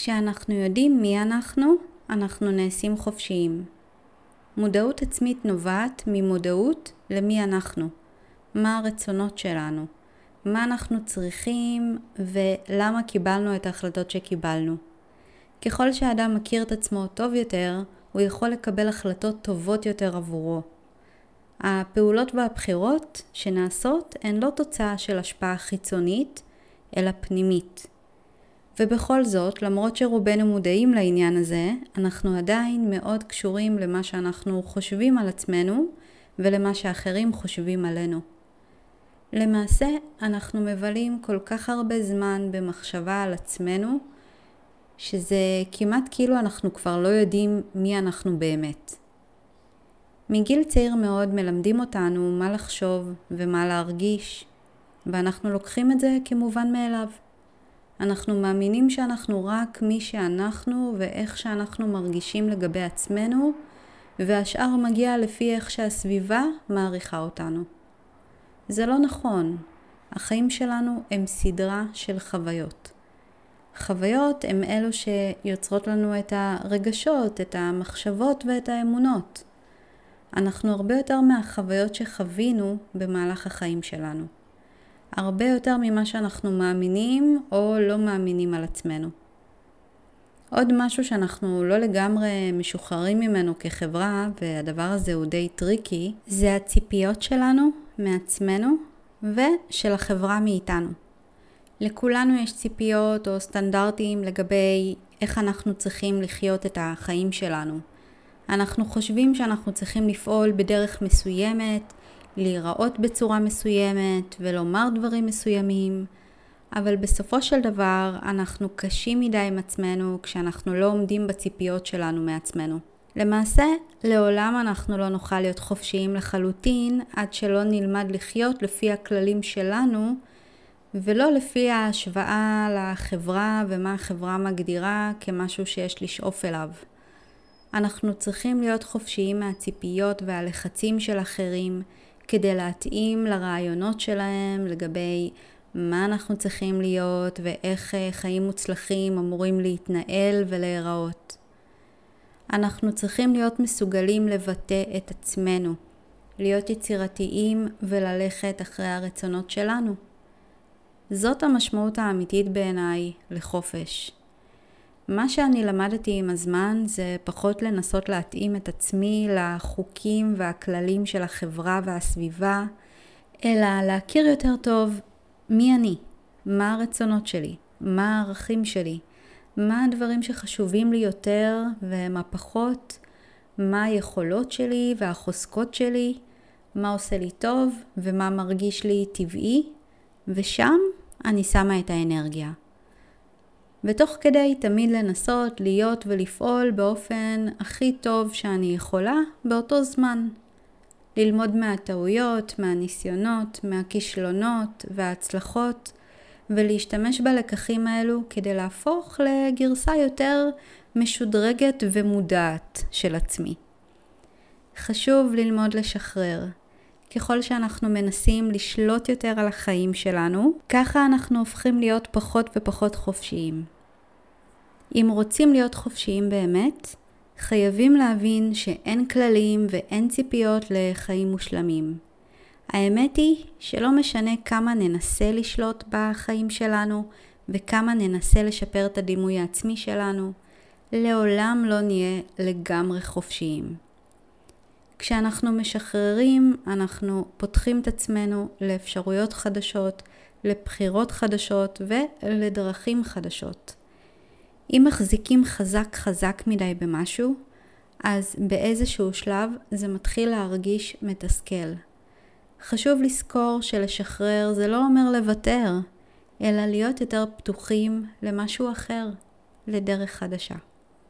כשאנחנו יודעים מי אנחנו נעשים חופשיים. מודעות עצמית נובעת ממודעות למי אנחנו, מה הרצונות שלנו, מה אנחנו צריכים ולמה קיבלנו את ההחלטות שקיבלנו. ככל שהאדם מכיר את עצמו טוב יותר, הוא יכול לקבל החלטות טובות יותר עבורו. הפעולות והבחירות שנעשות הן לא תוצאה של השפעה חיצונית, אלא פנימית. ובכל זאת, למרות שרובנו מודעים לעניין הזה, אנחנו עדיין מאוד קשורים למה שאנחנו חושבים על עצמנו ולמה שאחרים חושבים עלינו. למעשה, אנחנו מבלים כל כך הרבה זמן במחשבה על עצמנו, שזה כמעט כאילו אנחנו כבר לא יודעים מי אנחנו באמת. מגיל צעיר מאוד מלמדים אותנו מה לחשוב ומה להרגיש, ואנחנו לוקחים את זה כמובן מאליו. אנחנו מאמינים שאנחנו רק מי שאנחנו ואיך שאנחנו מרגישים לגבי עצמנו, והשאר מגיע לפי איך שהסביבה מעריכה אותנו. זה לא נכון. החיים שלנו הם סדרה של חוויות. חוויות הם אלו שיוצרות לנו את הרגשות, את המחשבות ואת האמונות. אנחנו הרבה יותר מהחוויות שחווינו במהלך החיים שלנו. הרבה יותר ממה שאנחנו מאמינים או לא מאמינים על עצמנו. עוד משהו שאנחנו לא לגמרי משוחררים ממנו כחברה, והדבר הזה הוא די טריקי, זה הציפיות שלנו מעצמנו ושל החברה מאיתנו. לכולנו יש ציפיות או סטנדרטים לגבי איך אנחנו צריכים לחיות את החיים שלנו. אנחנו חושבים שאנחנו צריכים לפעול בדרך מסוימת, להיראות בצורה מסוימת ולומר דברים מסוימים, אבל בסופו של דבר אנחנו קשים מדי עם עצמנו כשאנחנו לא עומדים בציפיות שלנו מעצמנו. למעשה, לעולם אנחנו לא נוכל להיות חופשיים לחלוטין עד שלא נלמד לחיות לפי הכללים שלנו, ולא לפי ההשוואה לחברה ומה החברה מגדירה כמשהו שיש לשאוף אליו. אנחנו צריכים להיות חופשיים מהציפיות והלחצים של אחרים, כדי להתאים לרעיונות שלהם לגבי מה אנחנו צריכים להיות ואיך חיים מוצלחים אמורים להתנהל ולהיראות. אנחנו צריכים להיות מסוגלים לבטא את עצמנו, להיות יצירתיים וללכת אחרי הרצונות שלנו. זאת המשמעות האמיתית בעיניי לחופש. מה שאני למדתי עם הזמן זה פחות לנסות להתאים את עצמי לחוקים והכללים של החברה והסביבה, אלא להכיר יותר טוב מי אני, מה הרצונות שלי, מה הערכים שלי, מה הדברים שחשובים לי יותר ומה פחות, מה היכולות שלי והחוזקות שלי, מה עושה לי טוב ומה מרגיש לי טבעי, ושם אני שמה את האנרגיה. ותוך כדי תמיד לנסות להיות ולפעול באופן הכי טוב שאני יכולה באותו זמן. ללמוד מהטעויות, מהניסיונות, מהכישלונות וההצלחות, ולהשתמש בלקחים האלו כדי להפוך לגרסה יותר משודרגת ומודעת של עצמי. חשוב ללמוד לשחרר. ככל שאנחנו מנסים לשלוט יותר על החיים שלנו, ככה אנחנו הופכים להיות פחות ופחות חופשיים. אם רוצים להיות חופשיים באמת, חייבים להבין שאין כללים ואין ציפיות לחיים מושלמים. האמת היא שלא משנה כמה ננסה לשלוט בחיים שלנו וכמה ננסה לשפר את הדימוי העצמי שלנו, לעולם לא נהיה לגמרי חופשיים. כשאנחנו משחררים, אנחנו פותחים את עצמנו לאפשרויות חדשות, לבחירות חדשות ולדרכים חדשות. אם מחזיקים חזק מדי במשהו, אז באיזשהו שלב זה מתחיל להרגיש מתסכל. חשוב לזכור שלשחרר זה לא אומר לוותר, אלא להיות יותר פתוחים למשהו אחר, לדרך חדשה.